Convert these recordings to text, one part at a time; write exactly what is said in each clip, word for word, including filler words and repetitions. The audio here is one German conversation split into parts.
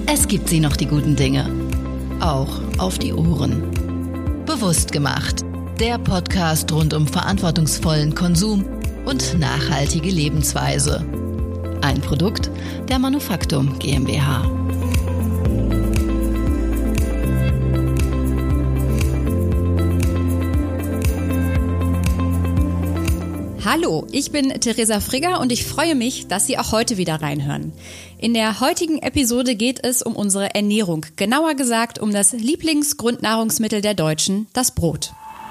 Es gibt sie noch, die guten Dinge. Auch auf die Ohren. Bewusst gemacht. Der Podcast rund um verantwortungsvollen Konsum und nachhaltige Lebensweise. Ein Produkt der Manufaktum GmbH. Hallo, ich bin Theresa Frigger und ich freue mich, dass Sie auch heute wieder reinhören. In der heutigen Episode geht es um unsere Ernährung, genauer gesagt um das Lieblingsgrundnahrungsmittel der Deutschen, das Brot.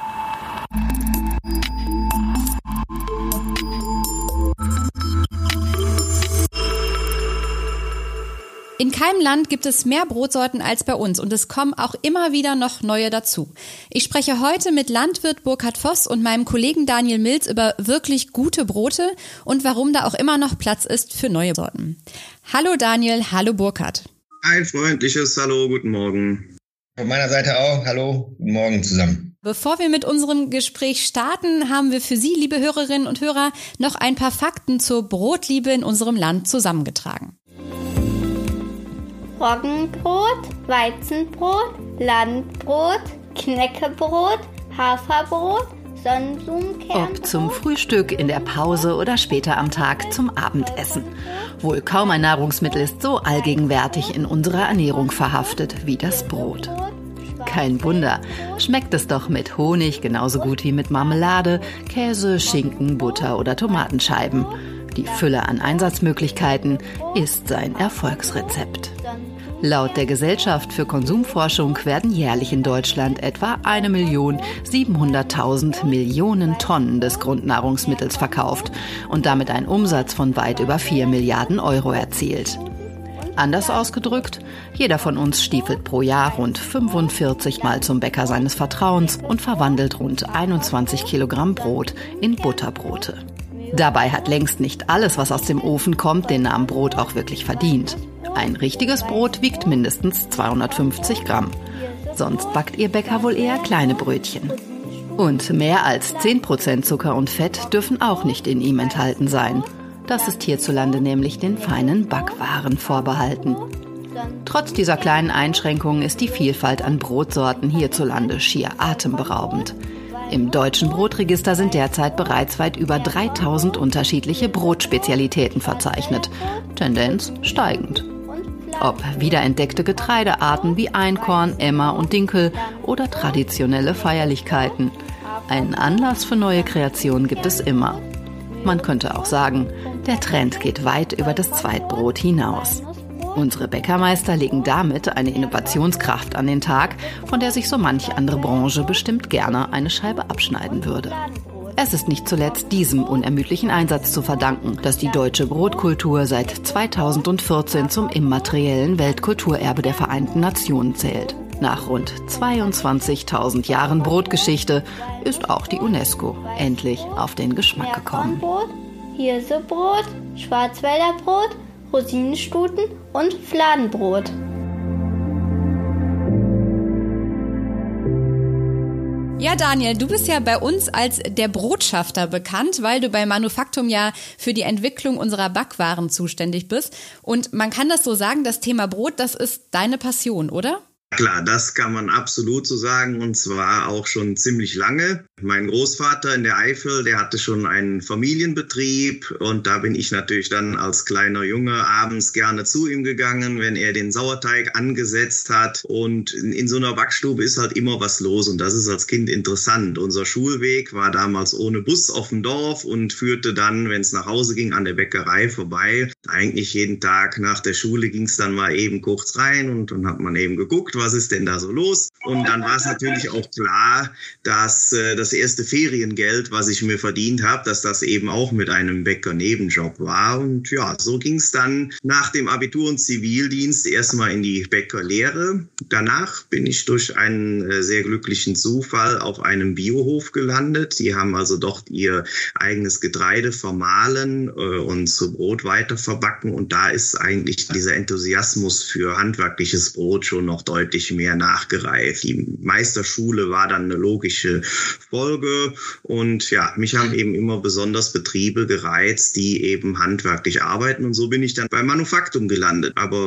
In keinem Land gibt es mehr Brotsorten als bei uns und es kommen auch immer wieder noch neue dazu. Ich spreche heute mit Landwirt Burkhard Voss und meinem Kollegen Daniel Milz über wirklich gute Brote und warum da auch immer noch Platz ist für neue Sorten. Hallo Daniel, hallo Burkhard. Ein freundliches Hallo, guten Morgen. Von meiner Seite auch, hallo, guten Morgen zusammen. Bevor wir mit unserem Gespräch starten, haben wir für Sie, liebe Hörerinnen und Hörer, noch ein paar Fakten zur Brotliebe in unserem Land zusammengetragen. Roggenbrot, Weizenbrot, Landbrot, Knäckebrot, Haferbrot, Sonnenblumenkernbrot. Ob zum Frühstück, in der Pause oder später am Tag zum Abendessen. Wohl kaum ein Nahrungsmittel ist so allgegenwärtig in unserer Ernährung verhaftet wie das Brot. Kein Wunder, schmeckt es doch mit Honig genauso gut wie mit Marmelade, Käse, Schinken, Butter oder Tomatenscheiben. Die Fülle an Einsatzmöglichkeiten ist sein Erfolgsrezept. Laut der Gesellschaft für Konsumforschung werden jährlich in Deutschland etwa eine Million siebenhunderttausend Millionen Tonnen des Grundnahrungsmittels verkauft und damit ein Umsatz von weit über vier Milliarden Euro erzielt. Anders ausgedrückt, jeder von uns stiefelt pro Jahr rund fünfundvierzig Mal zum Bäcker seines Vertrauens und verwandelt rund einundzwanzig Kilogramm Brot in Butterbrote. Dabei hat längst nicht alles, was aus dem Ofen kommt, den Namen Brot auch wirklich verdient. Ein richtiges Brot wiegt mindestens zweihundertfünfzig Gramm. Sonst backt Ihr Bäcker wohl eher kleine Brötchen. Und mehr als zehn Prozent Zucker und Fett dürfen auch nicht in ihm enthalten sein. Das ist hierzulande nämlich den feinen Backwaren vorbehalten. Trotz dieser kleinen Einschränkungen ist die Vielfalt an Brotsorten hierzulande schier atemberaubend. Im deutschen Brotregister sind derzeit bereits weit über dreitausend unterschiedliche Brotspezialitäten verzeichnet. Tendenz steigend. Ob wiederentdeckte Getreidearten wie Einkorn, Emmer und Dinkel oder traditionelle Feierlichkeiten. Einen Anlass für neue Kreationen gibt es immer. Man könnte auch sagen, der Trend geht weit über das Zweitbrot hinaus. Unsere Bäckermeister legen damit eine Innovationskraft an den Tag, von der sich so manch andere Branche bestimmt gerne eine Scheibe abschneiden würde. Es ist nicht zuletzt diesem unermüdlichen Einsatz zu verdanken, dass die deutsche Brotkultur seit zweitausendvierzehn zum immateriellen Weltkulturerbe der Vereinten Nationen zählt. Nach rund zweiundzwanzigtausend Jahren Brotgeschichte ist auch die UNESCO endlich auf den Geschmack gekommen. Hirsebrot, Schwarzwälder Brot, Rosinenstuten und Fladenbrot. Ja, Daniel, du bist ja bei uns als der Brotschafter bekannt, weil du bei Manufaktum ja für die Entwicklung unserer Backwaren zuständig bist. Und man kann das so sagen, das Thema Brot, das ist deine Passion, oder? Klar, das kann man absolut so sagen und zwar auch schon ziemlich lange. Mein Großvater in der Eifel, der hatte schon einen Familienbetrieb und da bin ich natürlich dann als kleiner Junge abends gerne zu ihm gegangen, wenn er den Sauerteig angesetzt hat. Und in, in so einer Backstube ist halt immer was los und das ist als Kind interessant. Unser Schulweg war damals ohne Bus auf dem Dorf und führte dann, wenn es nach Hause ging, an der Bäckerei vorbei. Eigentlich jeden Tag nach der Schule ging es dann mal eben kurz rein und dann hat man eben geguckt, was ist denn da so los? Und dann war es natürlich auch klar, dass äh, das erste Feriengeld, was ich mir verdient habe, dass das eben auch mit einem Bäcker-Nebenjob war. Und ja, so ging es dann nach dem Abitur und Zivildienst erstmal in die Bäckerlehre. Danach bin ich durch einen äh, sehr glücklichen Zufall auf einem Biohof gelandet. Die haben also dort ihr eigenes Getreide vermahlen äh, und zu Brot weiterverbacken. Und da ist eigentlich dieser Enthusiasmus für handwerkliches Brot schon noch deutlich mehr nachgereift. Die Meisterschule war dann eine logische Folge und ja, mich haben eben immer besonders Betriebe gereizt, die eben handwerklich arbeiten und so bin ich dann bei Manufaktum gelandet. Aber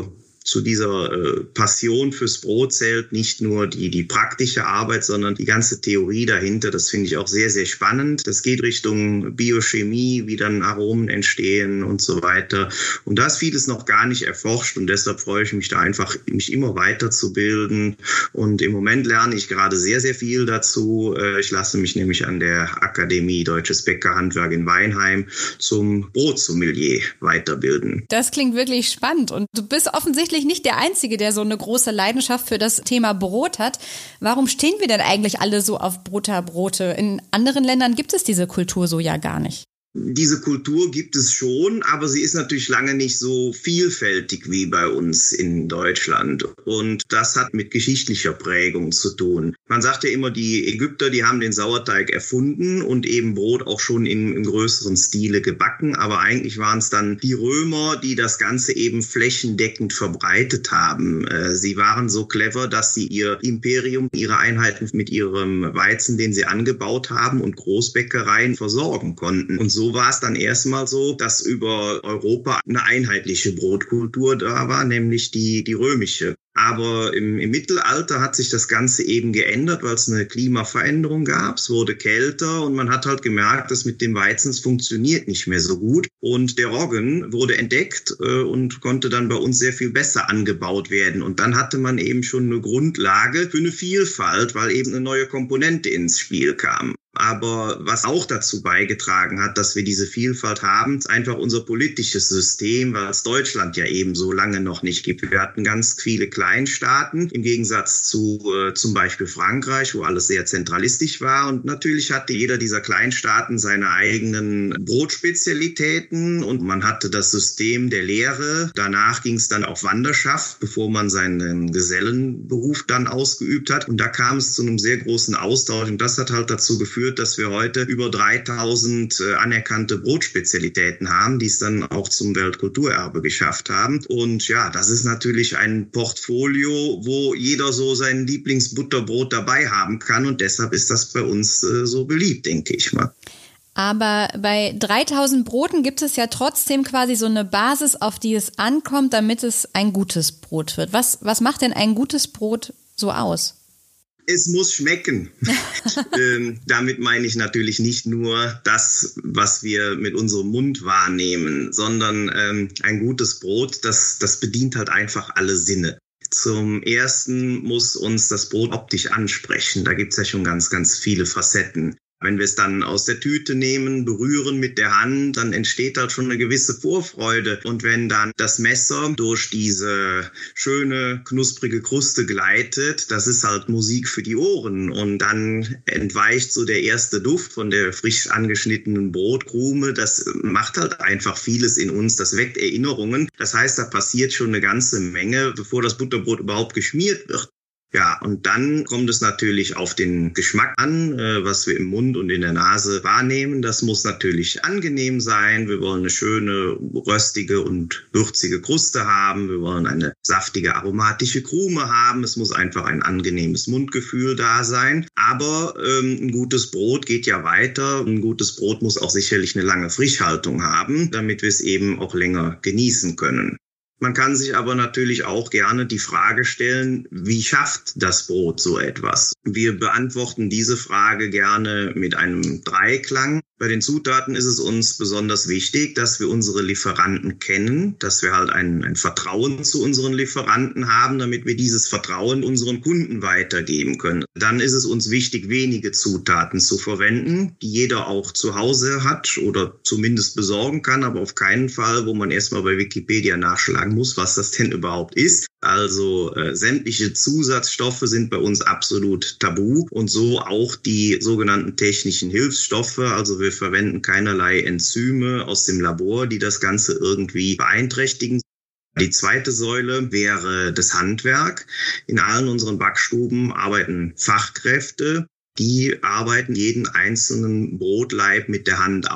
zu dieser äh, Passion fürs Brot zählt nicht nur die, die praktische Arbeit, sondern die ganze Theorie dahinter. Das finde ich auch sehr, sehr spannend. Das geht Richtung Biochemie, wie dann Aromen entstehen und so weiter. Und da ist vieles noch gar nicht erforscht und deshalb freue ich mich da einfach, mich immer weiterzubilden. Und im Moment lerne ich gerade sehr, sehr viel dazu. Ich lasse mich nämlich an der Akademie Deutsches Bäckerhandwerk in Weinheim zum Brotsommelier weiterbilden. Das klingt wirklich spannend und du bist offensichtlich nicht der Einzige, der so eine große Leidenschaft für das Thema Brot hat. Warum stehen wir denn eigentlich alle so auf Butterbrote? In anderen Ländern gibt es diese Kultur so ja gar nicht. Diese Kultur gibt es schon, aber sie ist natürlich lange nicht so vielfältig wie bei uns in Deutschland. Und das hat mit geschichtlicher Prägung zu tun. Man sagt ja immer, die Ägypter, die haben den Sauerteig erfunden und eben Brot auch schon in, im größeren Stile gebacken. Aber eigentlich waren es dann die Römer, die das Ganze eben flächendeckend verbreitet haben. Sie waren so clever, dass sie ihr Imperium, ihre Einheiten mit ihrem Weizen, den sie angebaut haben und Großbäckereien versorgen konnten. Und so war es dann erstmal so, dass über Europa eine einheitliche Brotkultur da war, nämlich die, die römische. Aber im, im Mittelalter hat sich das Ganze eben geändert, weil es eine Klimaveränderung gab. Es wurde kälter und man hat halt gemerkt, dass mit dem Weizen es funktioniert nicht mehr so gut. Und der Roggen wurde entdeckt äh, und konnte dann bei uns sehr viel besser angebaut werden. Und dann hatte man eben schon eine Grundlage für eine Vielfalt, weil eben eine neue Komponente ins Spiel kam. Aber was auch dazu beigetragen hat, dass wir diese Vielfalt haben, ist einfach unser politisches System, weil es Deutschland ja eben so lange noch nicht gibt. Wir hatten ganz viele Kleinstaaten im Gegensatz zu äh, zum Beispiel Frankreich, wo alles sehr zentralistisch war. Und natürlich hatte jeder dieser Kleinstaaten seine eigenen Brotspezialitäten und man hatte das System der Lehre. Danach ging es dann auf Wanderschaft, bevor man seinen Gesellenberuf dann ausgeübt hat. Und da kam es zu einem sehr großen Austausch und das hat halt dazu geführt, dass wir heute über dreitausend äh, anerkannte Brotspezialitäten haben, die es dann auch zum Weltkulturerbe geschafft haben. Und ja, das ist natürlich ein Portfolio, wo jeder so sein Lieblingsbutterbrot dabei haben kann. Und deshalb ist das bei uns äh, so beliebt, denke ich mal. Aber bei dreitausend Broten gibt es ja trotzdem quasi so eine Basis, auf die es ankommt, damit es ein gutes Brot wird. Was, was macht denn ein gutes Brot so aus? Es muss schmecken. ähm, damit meine ich natürlich nicht nur das, was wir mit unserem Mund wahrnehmen, sondern ähm, ein gutes Brot, das, das bedient halt einfach alle Sinne. Zum Ersten muss uns das Brot optisch ansprechen. Da gibt es ja schon ganz, ganz viele Facetten. Wenn wir es dann aus der Tüte nehmen, berühren mit der Hand, dann entsteht halt schon eine gewisse Vorfreude. Und wenn dann das Messer durch diese schöne, knusprige Kruste gleitet, das ist halt Musik für die Ohren. Und dann entweicht so der erste Duft von der frisch angeschnittenen Brotkrume. Das macht halt einfach vieles in uns, das weckt Erinnerungen. Das heißt, da passiert schon eine ganze Menge, bevor das Butterbrot überhaupt geschmiert wird. Ja, und dann kommt es natürlich auf den Geschmack an, äh, was wir im Mund und in der Nase wahrnehmen. Das muss natürlich angenehm sein. Wir wollen eine schöne, röstige und würzige Kruste haben. Wir wollen eine saftige, aromatische Krume haben. Es muss einfach ein angenehmes Mundgefühl da sein. Aber ähm, ein gutes Brot geht ja weiter. Ein gutes Brot muss auch sicherlich eine lange Frischhaltung haben, damit wir es eben auch länger genießen können. Man kann sich aber natürlich auch gerne die Frage stellen, wie schafft das Brot so etwas? Wir beantworten diese Frage gerne mit einem Dreiklang. Bei den Zutaten ist es uns besonders wichtig, dass wir unsere Lieferanten kennen, dass wir halt ein, ein Vertrauen zu unseren Lieferanten haben, damit wir dieses Vertrauen unseren Kunden weitergeben können. Dann ist es uns wichtig, wenige Zutaten zu verwenden, die jeder auch zu Hause hat oder zumindest besorgen kann, aber auf keinen Fall, wo man erstmal bei Wikipedia nachschlagen muss, was das denn überhaupt ist. Also äh, sämtliche Zusatzstoffe sind bei uns absolut tabu und so auch die sogenannten technischen Hilfsstoffe. Also wir verwenden keinerlei Enzyme aus dem Labor, die das Ganze irgendwie beeinträchtigen. Die zweite Säule wäre das Handwerk. In allen unseren Backstuben arbeiten Fachkräfte. Die arbeiten jeden einzelnen Brotlaib mit der Hand auf.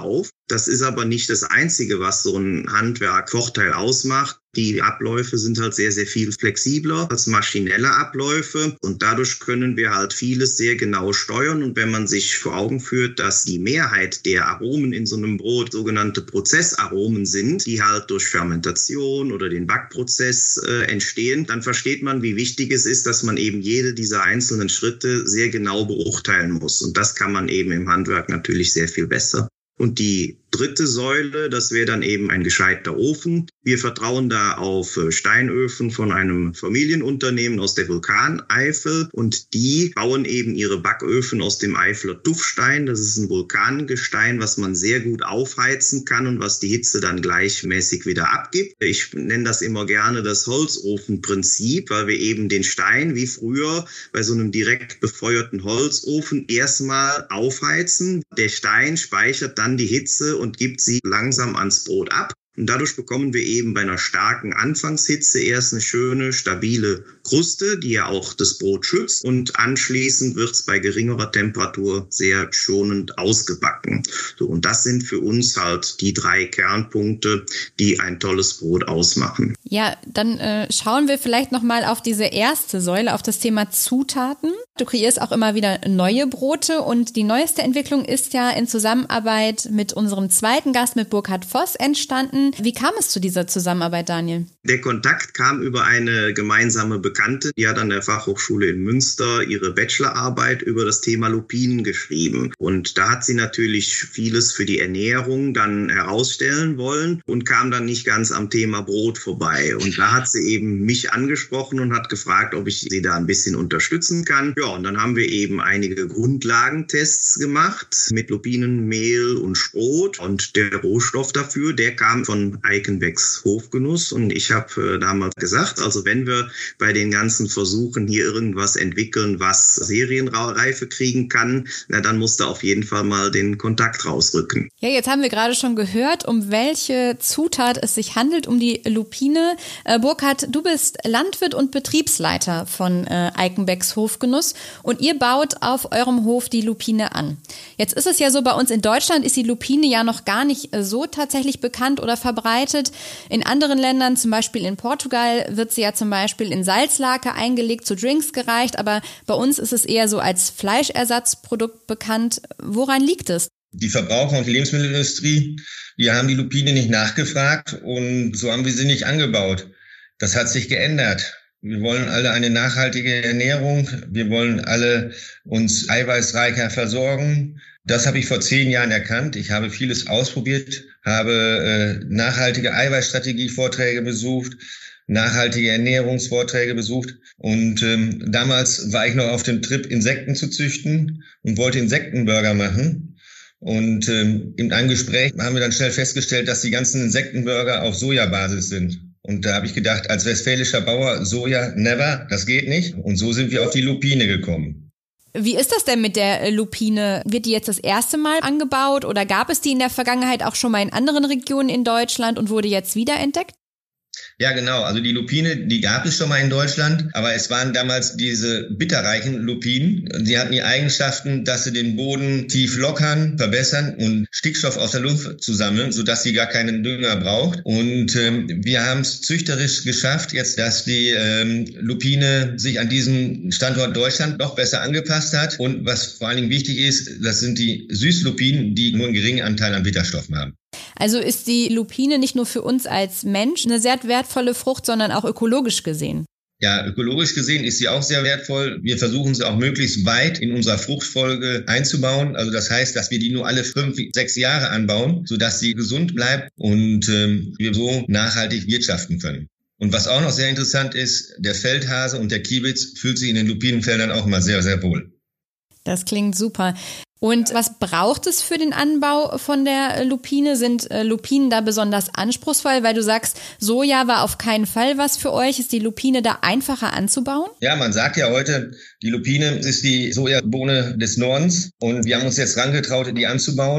Das ist aber nicht das Einzige, was so ein Handwerk Vorteil ausmacht. Die Abläufe sind halt sehr, sehr viel flexibler als maschinelle Abläufe und dadurch können wir halt vieles sehr genau steuern. Und wenn man sich vor Augen führt, dass die Mehrheit der Aromen in so einem Brot sogenannte Prozessaromen sind, die halt durch Fermentation oder den Backprozess äh, entstehen, dann versteht man, wie wichtig es ist, dass man eben jede dieser einzelnen Schritte sehr genau beurteilen muss. Und das kann man eben im Handwerk natürlich sehr viel besser. Und die dritte Säule, das wäre dann eben ein gescheiter Ofen. Wir vertrauen da auf Steinöfen von einem Familienunternehmen aus der Vulkaneifel und die bauen eben ihre Backöfen aus dem Eifler Tuffstein. Das ist ein Vulkangestein, was man sehr gut aufheizen kann und was die Hitze dann gleichmäßig wieder abgibt. Ich nenne das immer gerne das Holzofenprinzip, weil wir eben den Stein wie früher bei so einem direkt befeuerten Holzofen erstmal aufheizen. Der Stein speichert dann die Hitze und gibt sie langsam ans Brot ab. Und dadurch bekommen wir eben bei einer starken Anfangshitze erst eine schöne, stabile Kruste, die ja auch das Brot schützt. Und anschließend wird es bei geringerer Temperatur sehr schonend ausgebacken. So, und das sind für uns halt die drei Kernpunkte, die ein tolles Brot ausmachen. Ja, dann äh, schauen wir vielleicht nochmal auf diese erste Säule, auf das Thema Zutaten. Du kreierst auch immer wieder neue Brote und die neueste Entwicklung ist ja in Zusammenarbeit mit unserem zweiten Gast, mit Burkhard Voss, entstanden. Wie kam es zu dieser Zusammenarbeit, Daniel? Der Kontakt kam über eine gemeinsame Bekannte, die hat an der Fachhochschule in Münster ihre Bachelorarbeit über das Thema Lupinen geschrieben. Und da hat sie natürlich vieles für die Ernährung dann herausstellen wollen und kam dann nicht ganz am Thema Brot vorbei. Und da hat sie eben mich angesprochen und hat gefragt, ob ich sie da ein bisschen unterstützen kann. Ja, und dann haben wir eben einige Grundlagentests gemacht mit Lupinen, Mehl und Sprot. Und der Rohstoff dafür, der kam von Eikenbecks Hofgenuss. Und ich habe äh, damals gesagt, also wenn wir bei den ganzen Versuchen hier irgendwas entwickeln, was Serienreife kriegen kann, na, dann muss da auf jeden Fall mal den Kontakt rausrücken. Ja, jetzt haben wir gerade schon gehört, um welche Zutat es sich handelt, um die Lupine. Äh, Burkhard, du bist Landwirt und Betriebsleiter von äh, Eikenbecks Hofgenuss und ihr baut auf eurem Hof die Lupine an. Jetzt ist es ja so, bei uns in Deutschland ist die Lupine ja noch gar nicht so tatsächlich bekannt oder verbreitet. In anderen Ländern, zum Beispiel in Portugal, wird sie ja zum Beispiel in Salzlake eingelegt, zu Drinks gereicht, aber bei uns ist es eher so als Fleischersatzprodukt bekannt. Woran liegt es? Die Verbraucher und die Lebensmittelindustrie, die haben die Lupine nicht nachgefragt und so haben wir sie nicht angebaut. Das hat sich geändert. Wir wollen alle eine nachhaltige Ernährung. Wir wollen alle uns eiweißreicher versorgen. Das habe ich vor zehn Jahren erkannt. Ich habe vieles ausprobiert, habe äh, nachhaltige Eiweißstrategie-Vorträge besucht, nachhaltige Ernährungsvorträge besucht. Und ähm, damals war ich noch auf dem Trip, Insekten zu züchten und wollte Insektenburger machen. Und ähm, in einem Gespräch haben wir dann schnell festgestellt, dass die ganzen Insektenburger auf Sojabasis sind. Und da habe ich gedacht, als westfälischer Bauer, Soja, never, das geht nicht. Und so sind wir auf die Lupine gekommen. Wie ist das denn mit der Lupine? Wird die jetzt das erste Mal angebaut oder gab es die in der Vergangenheit auch schon mal in anderen Regionen in Deutschland und wurde jetzt wiederentdeckt? Ja, genau. Also die Lupine, die gab es schon mal in Deutschland, aber es waren damals diese bitterreichen Lupinen. Die hatten die Eigenschaften, dass sie den Boden tief lockern, verbessern und Stickstoff aus der Luft zusammeln, sodass sie gar keinen Dünger braucht. Und ähm, wir haben es züchterisch geschafft, jetzt, dass die ähm, Lupine sich an diesen Standort Deutschland noch besser angepasst hat. Und was vor allen Dingen wichtig ist, das sind die Süßlupinen, die nur einen geringen Anteil an Bitterstoffen haben. Also ist die Lupine nicht nur für uns als Mensch eine sehr wertvolle Frucht, sondern auch ökologisch gesehen? Ja, ökologisch gesehen ist sie auch sehr wertvoll. Wir versuchen sie auch möglichst weit in unserer Fruchtfolge einzubauen. Also das heißt, dass wir die nur alle fünf, sechs Jahre anbauen, sodass sie gesund bleibt und ähm, wir so nachhaltig wirtschaften können. Und was auch noch sehr interessant ist, der Feldhase und der Kiebitz fühlt sich in den Lupinenfeldern auch mal sehr, sehr wohl. Das klingt super. Und was braucht es für den Anbau von der Lupine? Sind äh, Lupinen da besonders anspruchsvoll? Weil du sagst, Soja war auf keinen Fall was für euch. Ist die Lupine da einfacher anzubauen? Ja, man sagt ja heute, die Lupine ist die Sojabohne des Nordens. Und wir haben uns jetzt rangetraut, die anzubauen.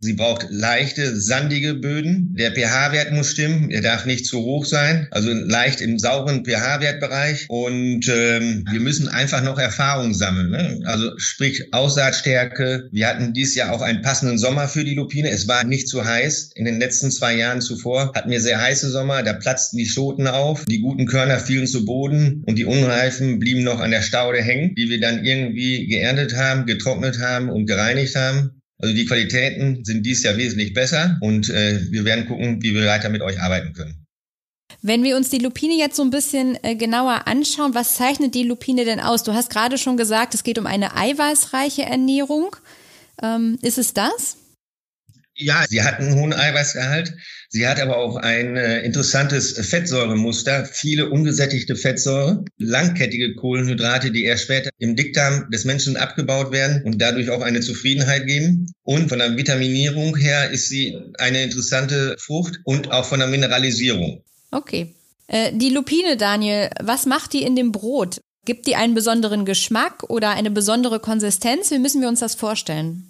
Sie braucht leichte, sandige Böden. Der pH-Wert muss stimmen. Er darf nicht zu hoch sein. Also leicht im sauren pH-Wertbereich. Und ähm, wir müssen einfach noch Erfahrung sammeln. Ne? Also sprich Aussaatstärke. Wir hatten dieses Jahr auch einen passenden Sommer für die Lupine. Es war nicht zu heiß. In den letzten zwei Jahren zuvor hatten wir sehr heiße Sommer. Da platzten die Schoten auf. Die guten Körner fielen zu Boden. Und die Unreifen blieben noch an der Staude hängen, die wir dann irgendwie geerntet haben, getrocknet haben und gereinigt haben. Also die Qualitäten sind dieses Jahr wesentlich besser und äh, wir werden gucken, wie wir weiter mit euch arbeiten können. Wenn wir uns die Lupine jetzt so ein bisschen äh, genauer anschauen, was zeichnet die Lupine denn aus? Du hast gerade schon gesagt, es geht um eine eiweißreiche Ernährung. Ähm, ist es das? Ja, sie hat einen hohen Eiweißgehalt. Sie hat aber auch ein äh, interessantes Fettsäuremuster, viele ungesättigte Fettsäure, langkettige Kohlenhydrate, die erst später im Dickdarm des Menschen abgebaut werden und dadurch auch eine Zufriedenheit geben. Und von der Vitaminierung her ist sie eine interessante Frucht und auch von der Mineralisierung. Okay. Äh, die Lupine, Daniel, was macht die in dem Brot? Gibt die einen besonderen Geschmack oder eine besondere Konsistenz? Wie müssen wir uns das vorstellen?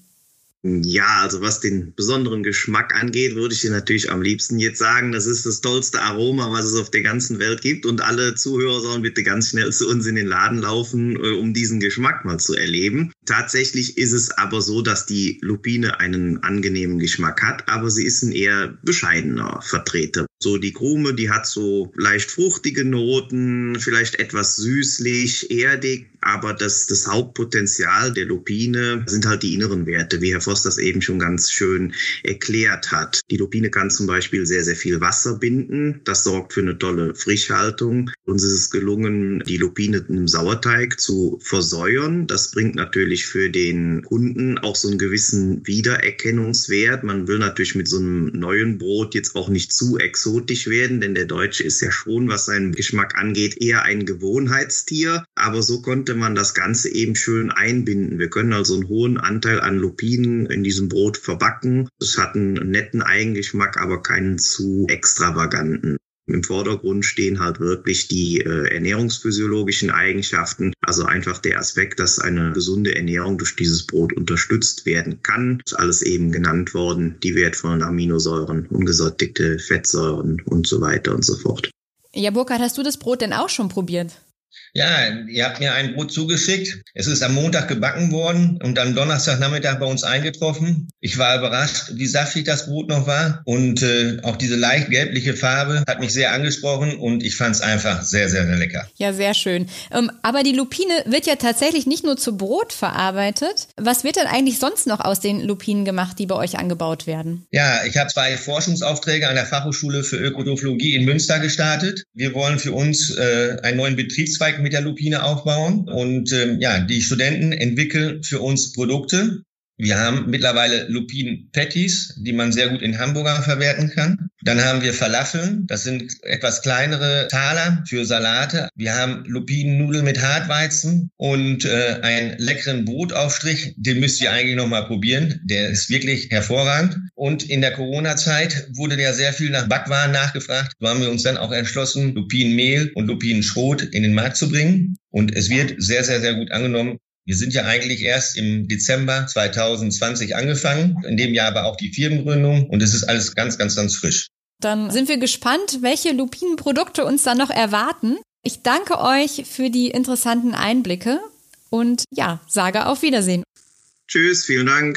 Ja, also was den besonderen Geschmack angeht, würde ich dir natürlich am liebsten jetzt sagen, das ist das tollste Aroma, was es auf der ganzen Welt gibt. Und alle Zuhörer sollen bitte ganz schnell zu uns in den Laden laufen, um diesen Geschmack mal zu erleben. Tatsächlich ist es aber so, dass die Lupine einen angenehmen Geschmack hat, aber sie ist ein eher bescheidener Vertreter. So die Krume, die hat so leicht fruchtige Noten, vielleicht etwas süßlich, erdig. Aber das, das Hauptpotenzial der Lupine sind halt die inneren Werte, wie Herr Voss das eben schon ganz schön erklärt hat. Die Lupine kann zum Beispiel sehr, sehr viel Wasser binden. Das sorgt für eine tolle Frischhaltung. Uns ist es gelungen, die Lupine in einem Sauerteig zu versäuern. Das bringt natürlich für den Kunden auch so einen gewissen Wiedererkennungswert. Man will natürlich mit so einem neuen Brot jetzt auch nicht zu exotisch werden, denn der Deutsche ist ja schon, was seinen Geschmack angeht, eher ein Gewohnheitstier. Aber so konnte man das Ganze eben schön einbinden. Wir können also einen hohen Anteil an Lupinen in diesem Brot verbacken. Es hat einen netten Eigengeschmack, aber keinen zu extravaganten. Im Vordergrund stehen halt wirklich die äh, ernährungsphysiologischen Eigenschaften, also einfach der Aspekt, dass eine gesunde Ernährung durch dieses Brot unterstützt werden kann. Das ist alles eben genannt worden, die wertvollen Aminosäuren, ungesättigte Fettsäuren und so weiter und so fort. Ja, Burkhard, hast du das Brot denn auch schon probiert? Ja, ihr habt mir ein Brot zugeschickt. Es ist am Montag gebacken worden und am Donnerstagnachmittag bei uns eingetroffen. Ich war überrascht, wie saftig das Brot noch war. Und äh, auch diese leicht gelbliche Farbe hat mich sehr angesprochen und ich fand es einfach sehr, sehr, sehr lecker. Ja, sehr schön. Ähm, aber die Lupine wird ja tatsächlich nicht nur zu Brot verarbeitet. Was wird denn eigentlich sonst noch aus den Lupinen gemacht, die bei euch angebaut werden? Ja, ich habe zwei Forschungsaufträge an der Fachhochschule für Ökotrophologie in Münster gestartet. Wir wollen für uns äh, einen neuen Betriebszweig mit der Lupine aufbauen und ähm, ja, die Studenten entwickeln für uns Produkte. Wir haben mittlerweile Lupinen-Patties, die man sehr gut in Hamburger verwerten kann. Dann haben wir Falafeln, das sind etwas kleinere Taler für Salate. Wir haben Lupinennudeln mit Hartweizen und äh, einen leckeren Brotaufstrich, den müsst ihr eigentlich noch mal probieren. Der ist wirklich hervorragend. Und in der Corona-Zeit wurde ja sehr viel nach Backwaren nachgefragt. So haben wir uns dann auch entschlossen, Lupinenmehl und Lupinenschrot in den Markt zu bringen. Und es wird sehr, sehr, sehr gut angenommen. Wir sind ja eigentlich erst im Dezember zwanzig zwanzig angefangen, in dem Jahr aber auch die Firmengründung und es ist alles ganz, ganz, ganz frisch. Dann sind wir gespannt, welche Lupinenprodukte uns da noch erwarten. Ich danke euch für die interessanten Einblicke und ja, sage auf Wiedersehen. Tschüss, vielen Dank.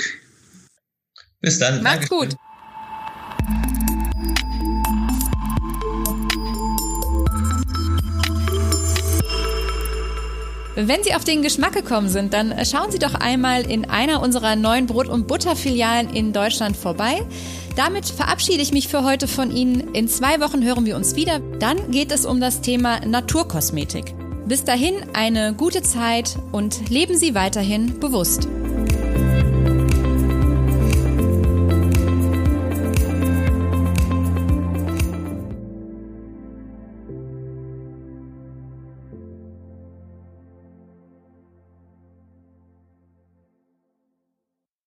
Bis dann. Macht's gut. Wenn Sie auf den Geschmack gekommen sind, dann schauen Sie doch einmal in einer unserer neuen Brot- und Butterfilialen in Deutschland vorbei. Damit verabschiede ich mich für heute von Ihnen. In zwei Wochen hören wir uns wieder. Dann geht es um das Thema Naturkosmetik. Bis dahin eine gute Zeit und leben Sie weiterhin bewusst.